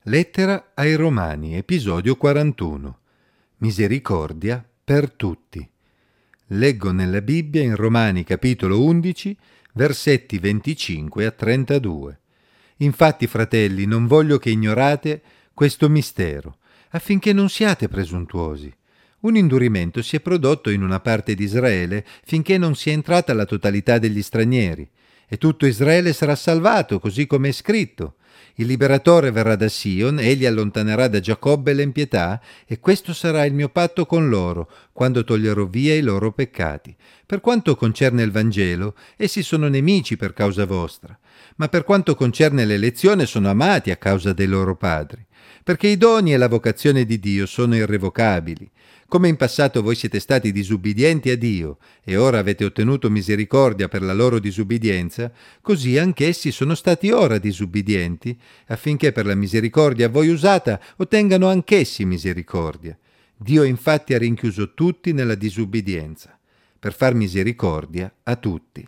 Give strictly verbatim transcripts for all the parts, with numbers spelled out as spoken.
Lettera ai Romani, episodio quarantuno. Misericordia per tutti. Leggo nella Bibbia in Romani capitolo undici, versetti venticinque a trentadue. Infatti, fratelli, non voglio che ignorate questo mistero, affinché non siate presuntuosi. Un indurimento si è prodotto in una parte di Israele finché non sia entrata la totalità degli stranieri, e tutto Israele sarà salvato, così come è scritto. Il liberatore verrà da Sion, egli allontanerà da Giacobbe l'empietà, e questo sarà il mio patto con loro, quando toglierò via i loro peccati. Per quanto concerne il Vangelo, essi sono nemici per causa vostra, ma per quanto concerne l'elezione sono amati a causa dei loro padri, perché i doni e la vocazione di Dio sono irrevocabili. Come in passato voi siete stati disubbidienti a Dio e ora avete ottenuto misericordia per la loro disubbidienza, così anch'essi sono stati ora disubbidienti, affinché per la misericordia a voi usata ottengano anch'essi misericordia. Dio infatti ha rinchiuso tutti nella disubbidienza, per far misericordia a tutti.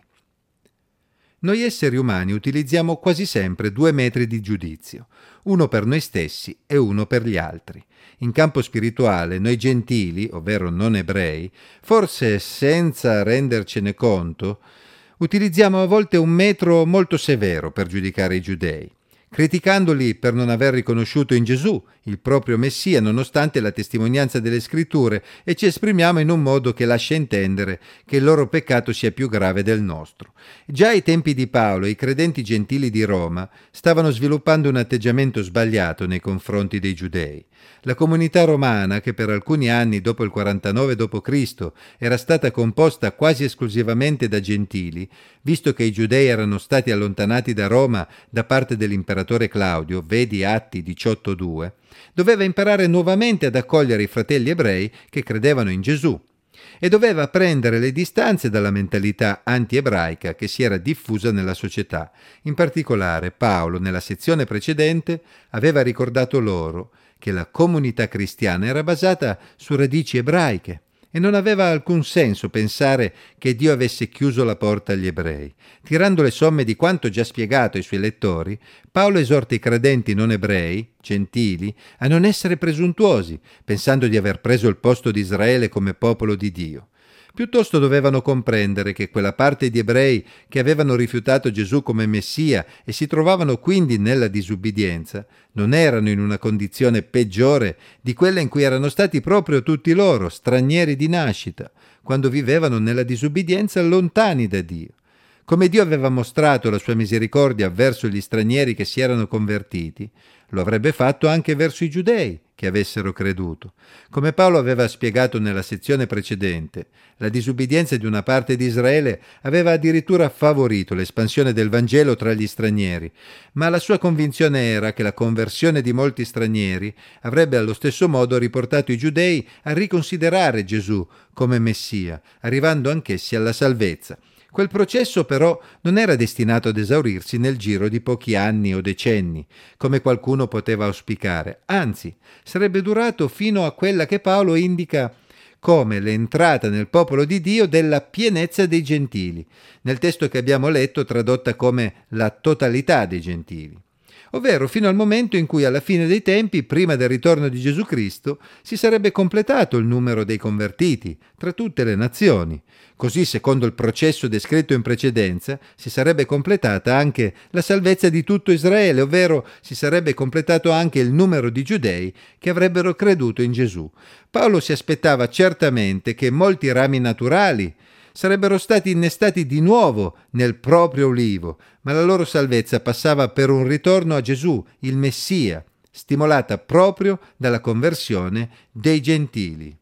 Noi esseri umani utilizziamo quasi sempre due metri di giudizio, uno per noi stessi e uno per gli altri. In campo spirituale, noi gentili, ovvero non ebrei, forse senza rendercene conto, utilizziamo a volte un metro molto severo per giudicare i giudei, criticandoli per non aver riconosciuto in Gesù il proprio Messia nonostante la testimonianza delle Scritture, e ci esprimiamo in un modo che lascia intendere che il loro peccato sia più grave del nostro. Già ai tempi di Paolo i credenti gentili di Roma stavano sviluppando un atteggiamento sbagliato nei confronti dei giudei. La comunità romana, che per alcuni anni dopo il quarantanove dopo Cristo era stata composta quasi esclusivamente da gentili, visto che i giudei erano stati allontanati da Roma da parte dell'imperatore Claudio, vedi Atti diciotto due, doveva imparare nuovamente ad accogliere i fratelli ebrei che credevano in Gesù e doveva prendere le distanze dalla mentalità anti-ebraica che si era diffusa nella società. In particolare, Paolo, nella sezione precedente, aveva ricordato loro che la comunità cristiana era basata su radici ebraiche e non aveva alcun senso pensare che Dio avesse chiuso la porta agli ebrei. Tirando le somme di quanto già spiegato ai suoi lettori, Paolo esorta i credenti non ebrei, gentili, a non essere presuntuosi, pensando di aver preso il posto di Israele come popolo di Dio. Piuttosto dovevano comprendere che quella parte di ebrei che avevano rifiutato Gesù come Messia e si trovavano quindi nella disubbidienza non erano in una condizione peggiore di quella in cui erano stati proprio tutti loro, stranieri di nascita, quando vivevano nella disubbidienza lontani da Dio. Come Dio aveva mostrato la sua misericordia verso gli stranieri che si erano convertiti, lo avrebbe fatto anche verso i giudei che avessero creduto. Come Paolo aveva spiegato nella sezione precedente, la disubbidienza di una parte di Israele aveva addirittura favorito l'espansione del Vangelo tra gli stranieri, ma la sua convinzione era che la conversione di molti stranieri avrebbe allo stesso modo riportato i giudei a riconsiderare Gesù come Messia, arrivando anch'essi alla salvezza. Quel processo però non era destinato ad esaurirsi nel giro di pochi anni o decenni, come qualcuno poteva auspicare. Anzi, sarebbe durato fino a quella che Paolo indica come l'entrata nel popolo di Dio della pienezza dei gentili, nel testo che abbiamo letto tradotta come la totalità dei gentili, ovvero fino al momento in cui alla fine dei tempi, prima del ritorno di Gesù Cristo, si sarebbe completato il numero dei convertiti tra tutte le nazioni. Così, secondo il processo descritto in precedenza, si sarebbe completata anche la salvezza di tutto Israele, ovvero si sarebbe completato anche il numero di giudei che avrebbero creduto in Gesù. Paolo si aspettava certamente che molti rami naturali sarebbero stati innestati di nuovo nel proprio ulivo, ma la loro salvezza passava per un ritorno a Gesù, il Messia, stimolata proprio dalla conversione dei gentili.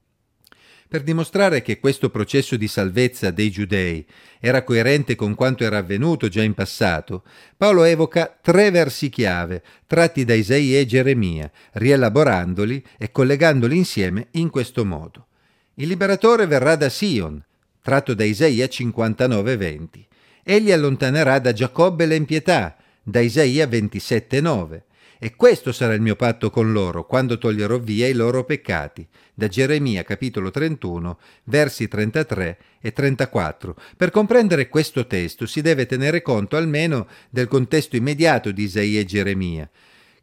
Per dimostrare che questo processo di salvezza dei giudei era coerente con quanto era avvenuto già in passato, Paolo evoca tre versi chiave tratti da Isaia e Geremia, rielaborandoli e collegandoli insieme in questo modo. Il liberatore verrà da Sion, tratto da Isaia cinquantanove venti. Egli allontanerà da Giacobbe l'empietà, da Isaia ventisette nove. E questo sarà il mio patto con loro, quando toglierò via i loro peccati, da Geremia capitolo trentuno, versi trentatré e trentaquattro. Per comprendere questo testo si deve tenere conto almeno del contesto immediato di Isaia e Geremia,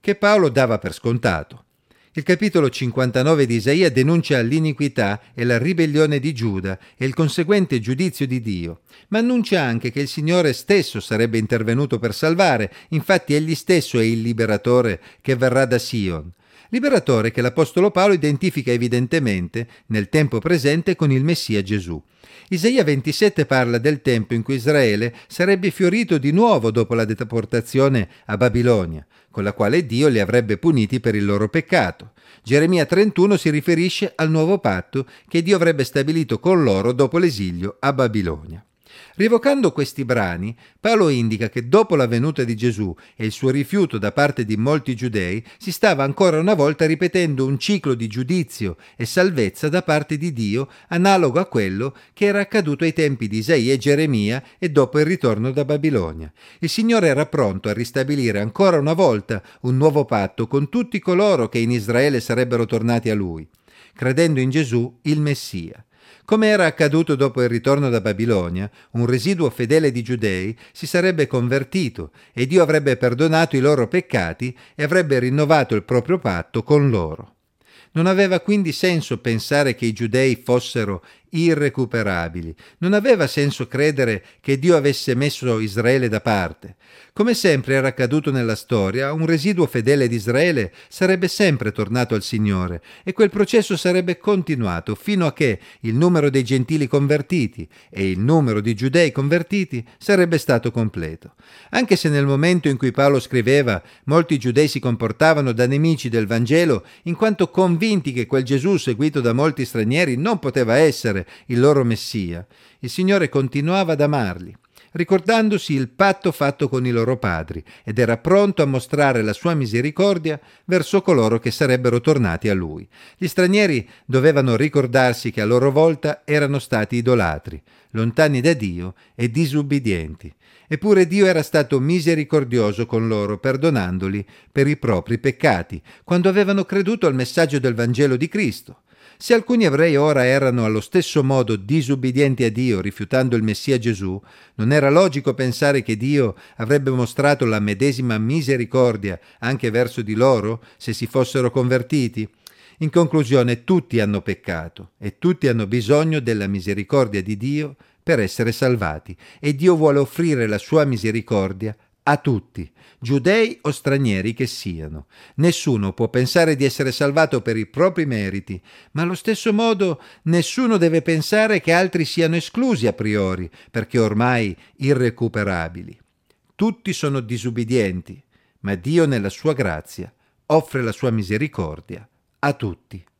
che Paolo dava per scontato. Il capitolo cinquantanove di Isaia denuncia l'iniquità e la ribellione di Giuda e il conseguente giudizio di Dio, ma annuncia anche che il Signore stesso sarebbe intervenuto per salvare, infatti egli stesso è il liberatore che verrà da Sion. Liberatore che l'Apostolo Paolo identifica evidentemente nel tempo presente con il Messia Gesù. Isaia ventisette parla del tempo in cui Israele sarebbe fiorito di nuovo dopo la deportazione a Babilonia, con la quale Dio li avrebbe puniti per il loro peccato. Geremia trentuno si riferisce al nuovo patto che Dio avrebbe stabilito con loro dopo l'esilio a Babilonia. Rievocando questi brani, Paolo indica che dopo la venuta di Gesù e il suo rifiuto da parte di molti giudei, si stava ancora una volta ripetendo un ciclo di giudizio e salvezza da parte di Dio, analogo a quello che era accaduto ai tempi di Isaia e Geremia e dopo il ritorno da Babilonia. Il Signore era pronto a ristabilire ancora una volta un nuovo patto con tutti coloro che in Israele sarebbero tornati a Lui, credendo in Gesù, il Messia. Come era accaduto dopo il ritorno da Babilonia, un residuo fedele di giudei si sarebbe convertito e Dio avrebbe perdonato i loro peccati e avrebbe rinnovato il proprio patto con loro. Non aveva quindi senso pensare che i giudei fossero irrecuperabili. Non aveva senso credere che Dio avesse messo Israele da parte. Come sempre era accaduto nella storia, un residuo fedele di Israele sarebbe sempre tornato al Signore e quel processo sarebbe continuato fino a che il numero dei gentili convertiti e il numero di giudei convertiti sarebbe stato completo. Anche se nel momento in cui Paolo scriveva molti giudei si comportavano da nemici del Vangelo in quanto convinti che quel Gesù seguito da molti stranieri non poteva essere il loro Messia, il Signore continuava ad amarli, ricordandosi il patto fatto con i loro padri, ed era pronto a mostrare la sua misericordia verso coloro che sarebbero tornati a Lui. Gli stranieri dovevano ricordarsi che a loro volta erano stati idolatri, lontani da Dio e disubbidienti. Eppure Dio era stato misericordioso con loro, perdonandoli per i propri peccati, quando avevano creduto al messaggio del Vangelo di Cristo. Se alcuni ebrei ora erano allo stesso modo disubbidienti a Dio, rifiutando il Messia Gesù, non era logico pensare che Dio avrebbe mostrato la medesima misericordia anche verso di loro se si fossero convertiti? In conclusione, tutti hanno peccato e tutti hanno bisogno della misericordia di Dio per essere salvati, e Dio vuole offrire la sua misericordia a tutti, giudei o stranieri che siano. Nessuno può pensare di essere salvato per i propri meriti, ma allo stesso modo nessuno deve pensare che altri siano esclusi a priori, perché ormai irrecuperabili. Tutti sono disubbidienti, ma Dio nella sua grazia offre la sua misericordia a tutti.